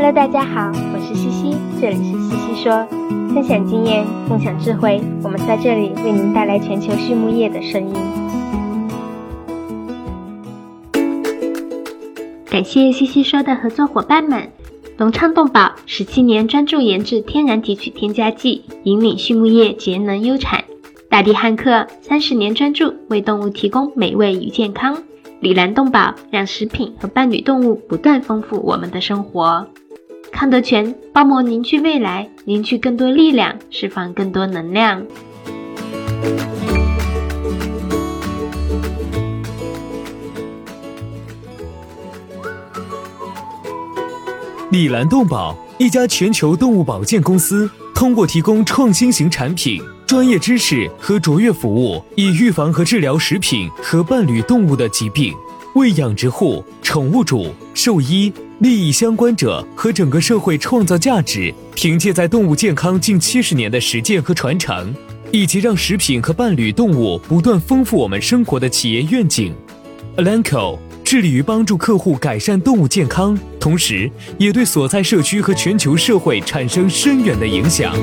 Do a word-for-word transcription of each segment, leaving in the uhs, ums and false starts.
Hello， 大家好，我是西西，这里是西西说，分享经验，共享智慧，我们在这里为您带来全球畜牧业的声音。感谢西西说的合作伙伴们，隆昌动宝十七年专注研制天然提取添加剂，引领畜牧业节能优产。大地汉克三十年专注为动物提供美味与健康。里兰动宝让食品和伴侣动物不断丰富我们的生活。康德全包膜凝聚未来，凝聚更多力量，释放更多能量。 里兰动宝，一家全球动物保健公司，通过提供创新型产品、专业知识和卓越服务，以预防和治疗食品和伴侣动物的疾病，为养殖户、宠物主、兽医、利益相关者和整个社会创造价值。凭借在动物健康近七十年的实践和传承，以及让食品和伴侣动物不断丰富我们生活的企业愿景， Elanco 致力于帮助客户改善动物健康，同时也对所在社区和全球社会产生深远的影响。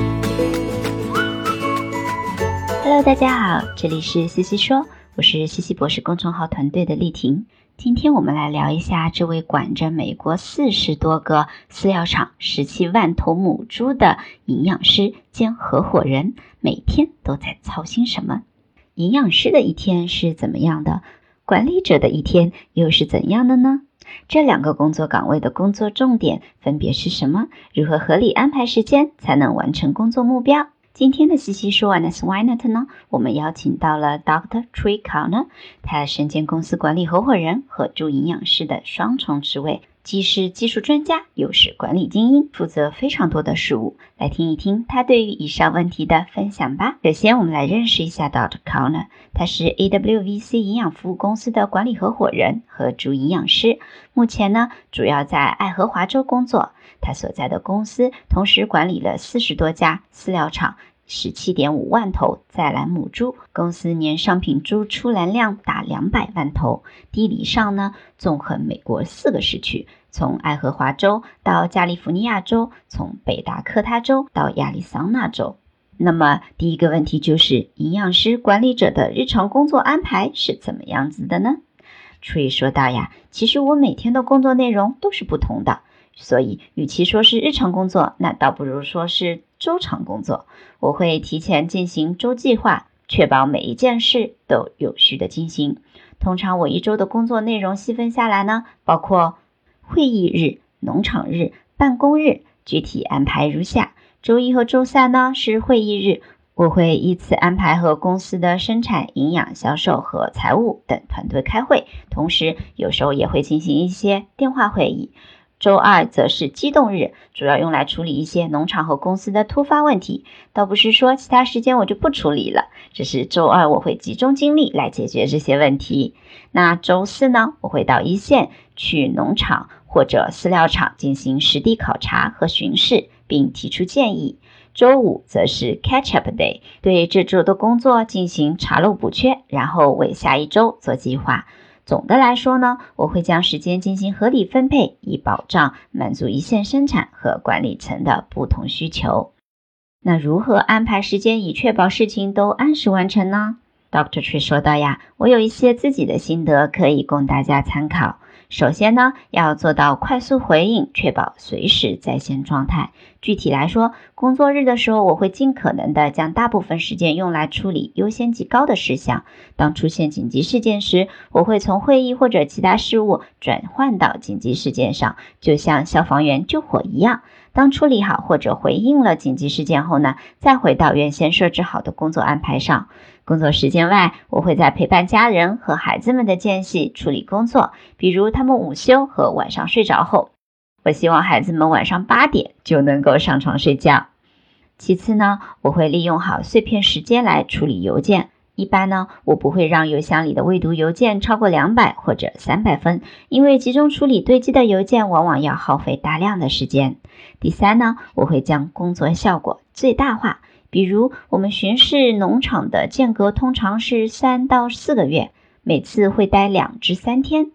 Hello， 大家好，这里是西西说，我是西西博士公众号团队的丽婷。今天我们来聊一下这位管着美国四十多个饲料厂、十七万头母猪的营养师兼合伙人，每天都在操心什么？营养师的一天是怎么样的？管理者的一天又是怎样的呢？这两个工作岗位的工作重点分别是什么？如何合理安排时间才能完成工作目标？今天的西西说 and Swinet 呢，我们邀请到了 Doctor Trey Connor， 他身兼公司管理合伙人和猪营养师的双重职位，既是技术专家，又是管理精英，负责非常多的事务。来听一听他对于以上问题的分享吧。首先我们来认识一下 Doctor Connor， 他是 A W V C 营养服务公司的管理合伙人和猪营养师，目前呢主要在爱荷华州工作。他所在的公司同时管理了四十多家饲料厂， 十七点五万头在栏母猪，公司年商品猪出栏量达两百万头。地理上呢，纵横美国四个时区，从爱荷华州到加利福尼亚州，从北达科他州到亚利桑那州。那么第一个问题就是，营养师管理者的日常工作安排是怎么样子的呢？Trey说道呀，其实我每天的工作内容都是不同的，所以与其说是日常工作，那倒不如说是周长工作。我会提前进行周计划，确保每一件事都有序的进行。通常我一周的工作内容细分下来呢，包括会议日、农场日、办公日，具体安排如下。周一和周三呢是会议日，我会依次安排和公司的生产、营养、销售和财务等团队开会，同时有时候也会进行一些电话会议。周二则是机动日，主要用来处理一些农场和公司的突发问题，倒不是说其他时间我就不处理了，只是周二我会集中精力来解决这些问题。那周四呢，我会到一线去农场或者饲料厂进行实地考察和巡视，并提出建议。周五则是 catch up day， 对这周的工作进行查漏补缺，然后为下一周做计划。总的来说呢，我会将时间进行合理分配，以保障满足一线生产和管理层的不同需求。那如何安排时间以确保事情都按时完成呢？ Doctor Trey 说道呀，我有一些自己的心得可以供大家参考。首先呢，要做到快速回应，确保随时在线状态。具体来说，工作日的时候，我会尽可能的将大部分时间用来处理优先级高的事项。当出现紧急事件时，我会从会议或者其他事务转换到紧急事件上，就像消防员救火一样。当处理好或者回应了紧急事件后呢，再回到原先设置好的工作安排上。工作时间外，我会在陪伴家人和孩子们的间隙处理工作，比如他们午休和晚上睡着后，我希望孩子们晚上八点就能够上床睡觉。其次呢，我会利用好碎片时间来处理邮件。一般呢，我不会让邮箱里的未读邮件超过两百或者三百分，因为集中处理堆积的邮件往往要耗费大量的时间。第三呢，我会将工作效果最大化。比如我们巡视农场的间隔通常是三到四个月，每次会待两至三天。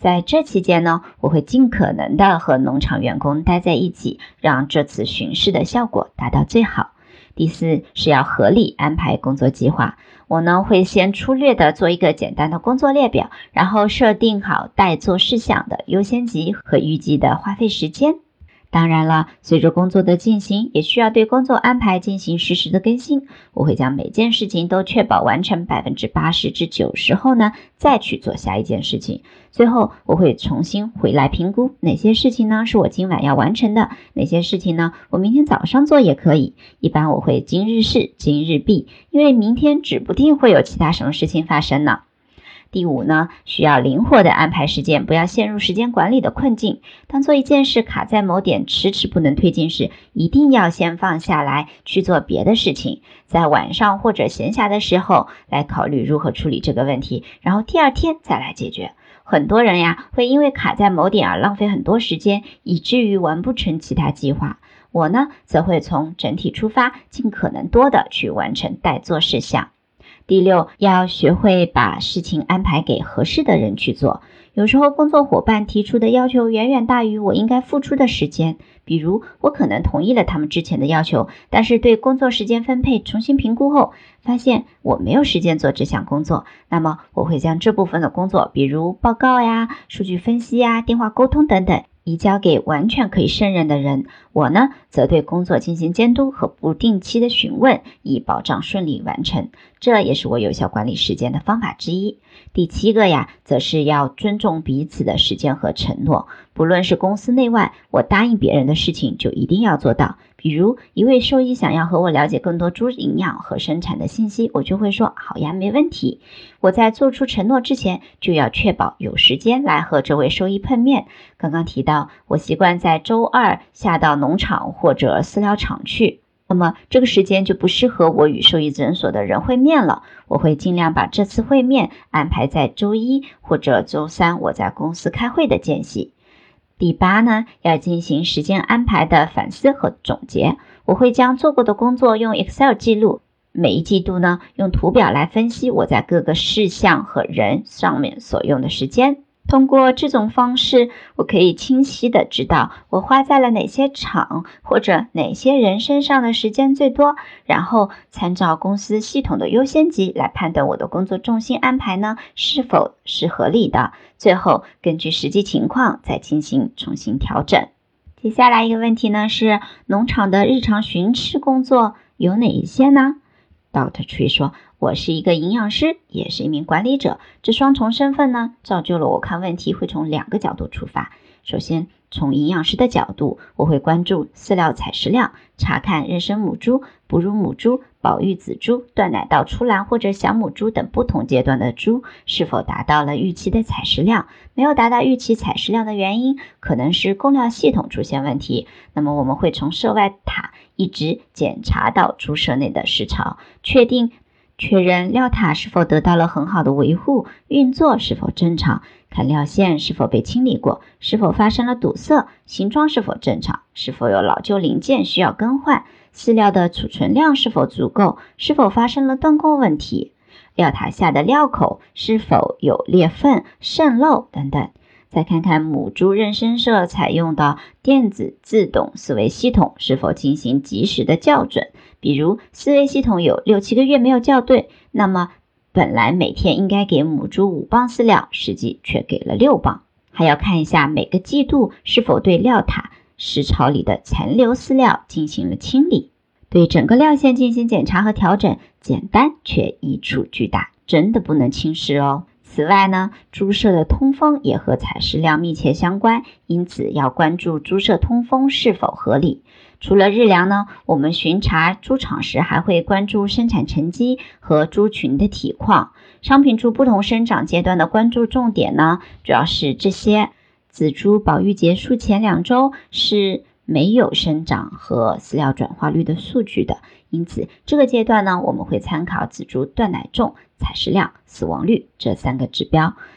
在这期间呢，我会尽可能的和农场员工待在一起，让这次巡视的效果达到最好。第四是要合理安排工作计划。我呢会先粗略的做一个简单的工作列表，然后设定好待做事项的优先级和预计的花费时间。当然了，随着工作的进行，也需要对工作安排进行实时的更新。我会将每件事情都确保完成 百分之八十 至 九十 后呢，再去做下一件事情。最后我会重新回来评估哪些事情呢是我今晚要完成的，哪些事情呢我明天早上做也可以。一般我会今日事今日毕，因为明天指不定会有其他什么事情发生呢。第五呢，需要灵活的安排时间，不要陷入时间管理的困境。当做一件事卡在某点迟迟不能推进时，一定要先放下来去做别的事情，在晚上或者闲暇的时候来考虑如何处理这个问题，然后第二天再来解决。很多人呀，会因为卡在某点而浪费很多时间，以至于完不成其他计划。我呢，则会从整体出发，尽可能多的去完成待做事项。第六，要学会把事情安排给合适的人去做。有时候工作伙伴提出的要求远远大于我应该付出的时间，比如我可能同意了他们之前的要求，但是对工作时间分配重新评估后，发现我没有时间做这项工作，那么我会将这部分的工作，比如报告呀、数据分析呀、电话沟通等等，移交给完全可以胜任的人。我呢，则对工作进行监督和不定期的询问，以保障顺利完成。这也是我有效管理时间的方法之一。第七个呀，则是要尊重彼此的时间和承诺。不论是公司内外，我答应别人的事情就一定要做到。比如一位兽医想要和我了解更多猪营养和生产的信息，我就会说好呀，没问题。我在做出承诺之前，就要确保有时间来和这位兽医碰面。刚刚提到，我习惯在周二下到农场或者饲料厂去，那么这个时间就不适合我与兽医诊所的人会面了。我会尽量把这次会面安排在周一或者周三我在公司开会的间隙。第八呢，要进行时间安排的反思和总结。我会将做过的工作用 Excel 记录，每一季度呢，用图表来分析我在各个事项和人上面所用的时间。通过这种方式，我可以清晰的知道我花在了哪些场或者哪些人身上的时间最多，然后参照公司系统的优先级来判断我的工作重心安排呢是否是合理的，最后根据实际情况再进行重新调整。接下来一个问题呢是，农场的日常巡视工作有哪一些呢？ Doctor Tree 说，我是一个营养师，也是一名管理者，这双重身份呢，造就了我看问题会从两个角度出发。首先，从营养师的角度，我会关注饲料采食量，查看妊娠母猪、哺乳母猪、保育仔猪、断奶到出栏或者小母猪等不同阶段的猪是否达到了预期的采食量。没有达到预期采食量的原因，可能是供料系统出现问题。那么我们会从舍外塔一直检查到猪舍内的食槽，确定确认料塔是否得到了很好的维护，运作是否正常，看料线是否被清理过，是否发生了堵塞，形状是否正常，是否有老旧零件需要更换，饲料的储存量是否足够，是否发生了断供问题，料塔下的料口是否有裂缝、渗漏等等。再看看母猪妊娠舍采用的电子自动饲喂系统是否进行及时的校准，比如饲喂系统有六七个月没有校对，那么本来每天应该给母猪五磅饲料，实际却给了六磅。还要看一下每个季度是否对料塔食槽里的残留饲料进行了清理，对整个料线进行检查和调整，简单却益处巨大，真的不能轻视哦。此外呢，猪舍的通风也和采食量密切相关，因此要关注猪舍通风是否合理。除了日粮呢，我们巡查猪场时还会关注生产成绩和猪群的体况。商品猪不同生长阶段的关注重点呢，主要是这些。仔猪保育结束前两周是没有生长和饲料转化率的数据的，因此这个阶段呢，我们会参考仔猪断奶重、采食量、死亡率这三个指标。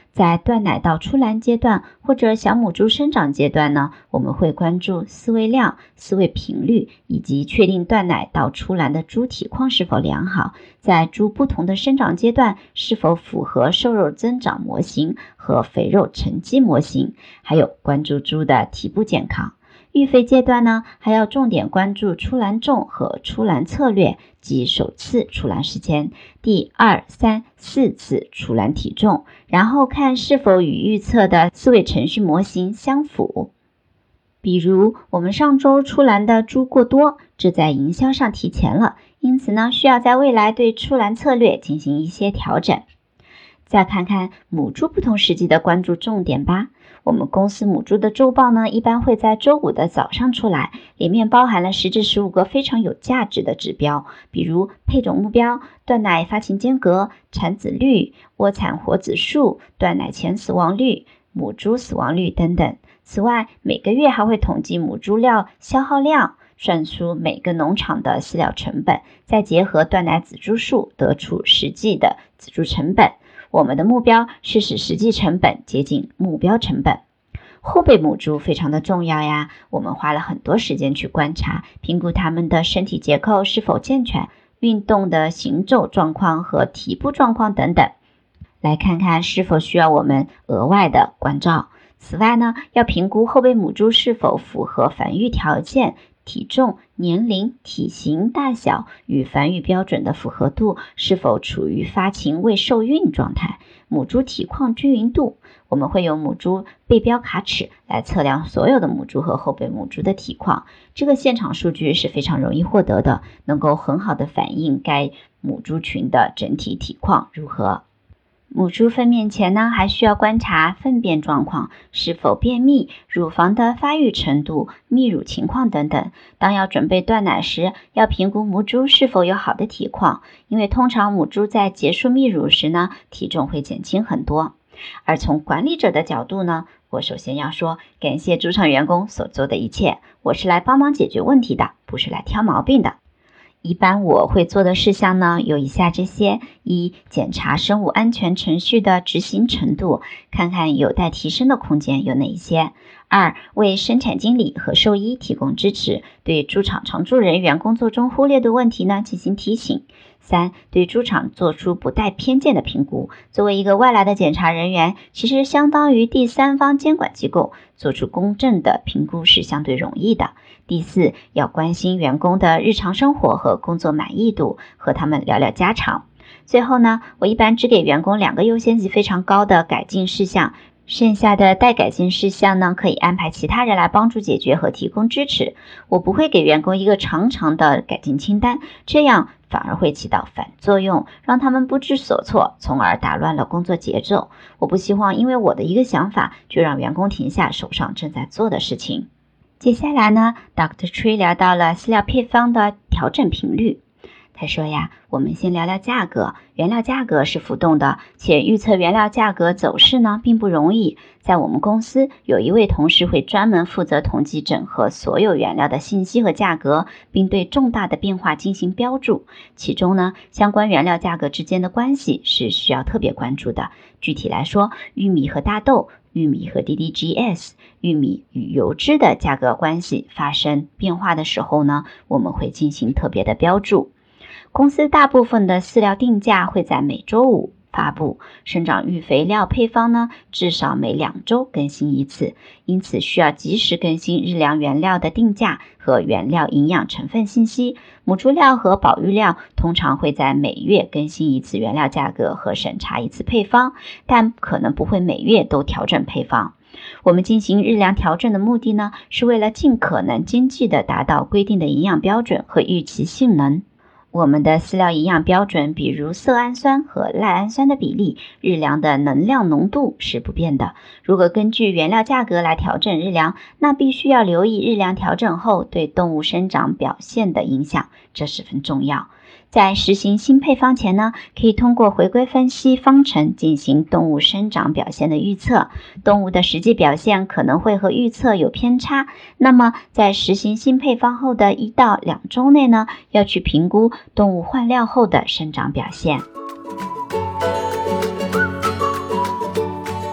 在断奶到出栏阶段或者小母猪生长阶段呢，我们会关注饲喂量、饲喂频率，以及确定断奶到出栏的猪体况是否良好，在猪不同的生长阶段是否符合瘦肉增长模型和肥肉沉积模型，还有关注猪的体部健康。育肥阶段呢，还要重点关注出栏重和出栏策略及首次出栏时间，第二、三、四次出栏体重，然后看是否与预测的饲喂程序模型相符。比如我们上周出栏的猪过多，这在营销上提前了，因此呢，需要在未来对出栏策略进行一些调整。再看看母猪不同时期的关注重点吧。我们公司母猪的周报呢，一般会在周五的早上出来，里面包含了十至十五个非常有价值的指标，比如配种目标、断奶发情间隔、产子率、窝产活子数、断奶前死亡率、母猪死亡率等等。此外，每个月还会统计母猪料消耗量，算出每个农场的饲料成本，再结合断奶仔猪数，得出实际的仔猪成本。我们的目标是使实际成本接近目标成本。后备母猪非常的重要呀，我们花了很多时间去观察，评估它们的身体结构是否健全，运动的行走状况和体部状况等等，来看看是否需要我们额外的关照。此外呢，要评估后备母猪是否符合繁育条件，体重、年龄、体型、大小与繁育标准的符合度是否处于发情未受孕状态，母猪体况均匀度。我们会用母猪背标卡尺来测量所有的母猪和后备母猪的体况，这个现场数据是非常容易获得的，能够很好的反映该母猪群的整体体况如何。母猪分娩前呢，还需要观察粪便状况，是否便秘、乳房的发育程度、泌乳情况等等。当要准备断奶时，要评估母猪是否有好的体况，因为通常母猪在结束泌乳时呢，体重会减轻很多。而从管理者的角度呢，我首先要说，感谢猪场员工所做的一切，我是来帮忙解决问题的，不是来挑毛病的。一般我会做的事项呢，有以下这些：一、检查生物安全程序的执行程度，看看有待提升的空间有哪一些；二、为生产经理和兽医提供支持，对猪场常驻人员工作中忽略的问题呢进行提醒；三、对猪场做出不带偏见的评估。作为一个外来的检查人员，其实相当于第三方监管机构，做出公正的评估是相对容易的。第四，要关心员工的日常生活和工作满意度，和他们聊聊家常。最后呢，我一般只给员工两个优先级非常高的改进事项，剩下的待改进事项呢，可以安排其他人来帮助解决和提供支持。我不会给员工一个长长的改进清单，这样反而会起到反作用，让他们不知所措，从而打乱了工作节奏。我不希望因为我的一个想法，就让员工停下手上正在做的事情。接下来呢 ，Doctor Tree 聊到了饲料配方的调整频率。他说呀，我们先聊聊价格。原料价格是浮动的，且预测原料价格走势呢并不容易。在我们公司，有一位同事会专门负责统计整合所有原料的信息和价格，并对重大的变化进行标注。其中呢，相关原料价格之间的关系是需要特别关注的。具体来说，玉米和大豆、玉米和 D D G S、玉米与油脂的价格关系发生变化的时候呢，我们会进行特别的标注。公司大部分的饲料定价会在每周五发布，生长育肥料配方呢，至少每两周更新一次，因此需要及时更新日粮原料的定价和原料营养成分信息。母猪料和保育料通常会在每月更新一次原料价格和审查一次配方，但可能不会每月都调整配方。我们进行日粮调整的目的呢，是为了尽可能经济地达到规定的营养标准和预期性能。我们的饲料营养标准，比如色氨酸和赖氨酸的比例，日粮的能量浓度是不变的。如果根据原料价格来调整日粮，那必须要留意日粮调整后对动物生长表现的影响，这十分重要。在实行新配方前呢，可以通过回归分析方程进行动物生长表现的预测。动物的实际表现可能会和预测有偏差，那么在实行新配方后的一到两周内呢，要去评估动物换料后的生长表现。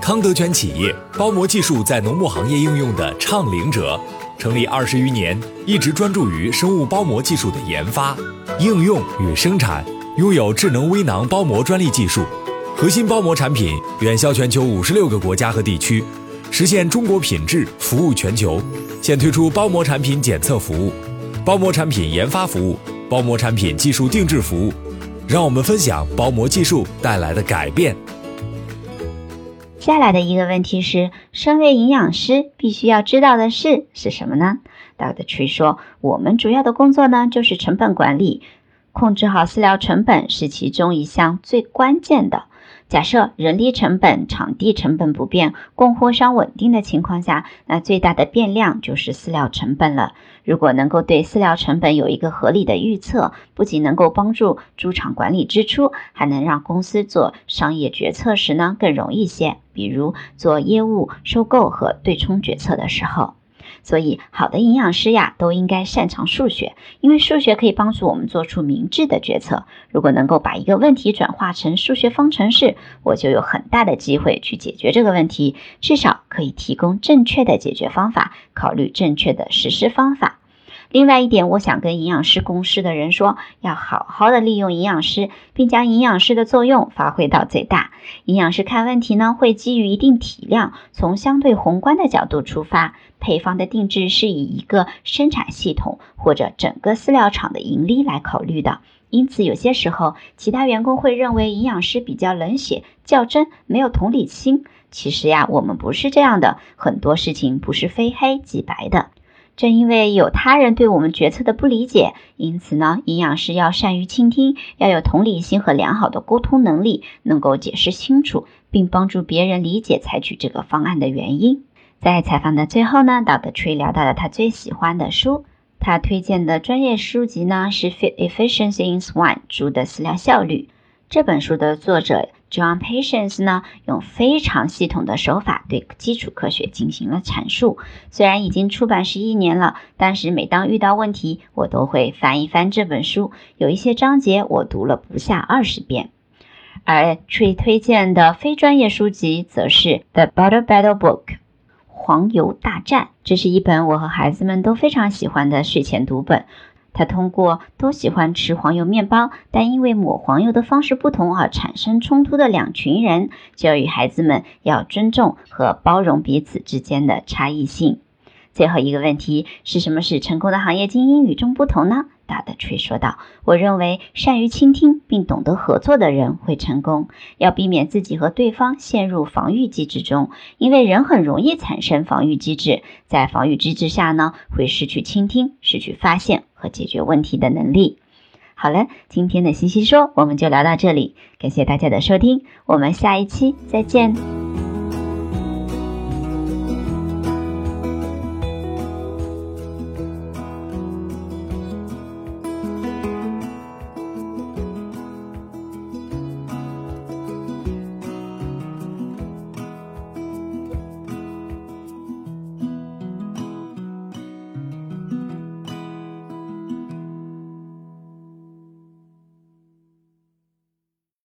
康德全企业包膜技术在农牧行业应用的倡领者，成立二十余年，一直专注于生物包膜技术的研发、应用与生产，拥有智能微囊包膜专利技术，核心包膜产品远销全球五十六个国家和地区，实现中国品质服务全球。现推出包膜产品检测服务、包膜产品研发服务、包膜产品技术定制服务，让我们分享包膜技术带来的改变。 下来的一个问题是，身为营养师必须要知道的事是什么呢？ Doctor Tree 说，我们主要的工作呢就是成本管理，控制好饲料成本是其中一项最关键的。假设人力成本、场地成本不变，供货商稳定的情况下，那最大的变量就是饲料成本了。如果能够对饲料成本有一个合理的预测，不仅能够帮助猪场管理支出，还能让公司做商业决策时呢更容易些，比如做业务、收购和对冲决策的时候。所以好的营养师呀都应该擅长数学，因为数学可以帮助我们做出明智的决策。如果能够把一个问题转化成数学方程式，我就有很大的机会去解决这个问题，至少可以提供正确的解决方法，考虑正确的实施方法。另外一点，我想跟营养师共事的人说，要好好的利用营养师，并将营养师的作用发挥到最大。营养师看问题呢，会基于一定体量，从相对宏观的角度出发，配方的定制是以一个生产系统或者整个饲料厂的盈利来考虑的。因此有些时候其他员工会认为营养师比较冷血、较真，没有同理心。其实呀，我们不是这样的，很多事情不是非黑即白的。正因为有他人对我们决策的不理解，因此呢，营养师要善于倾听，要有同理心和良好的沟通能力，能够解释清楚，并帮助别人理解采取这个方案的原因。在采访的最后呢， Doctor Tree 聊到了他最喜欢的书，他推荐的专业书籍呢是 Feed Efficiency in Swine 猪的饲料效率。这本书的作者 John Patience 呢，用非常系统的手法对基础科学进行了阐述。虽然已经出版十一年了，但是每当遇到问题，我都会翻一翻这本书，有一些章节我读了不下二十遍。而 Tree 推荐的非专业书籍则是 The Butter Battle Book 黄油大战，这是一本我和孩子们都非常喜欢的睡前读本。他通过都喜欢吃黄油面包，但因为抹黄油的方式不同而产生冲突的两群人，教育孩子们要尊重和包容彼此之间的差异性。最后一个问题是，什么是成功的行业精英与众不同呢？ Doctor Tree 说道，我认为善于倾听并懂得合作的人会成功，要避免自己和对方陷入防御机制中，因为人很容易产生防御机制，在防御机制下呢，会失去倾听、失去发现和解决问题的能力。好了，今天的西西说我们就聊到这里，感谢大家的收听，我们下一期再见。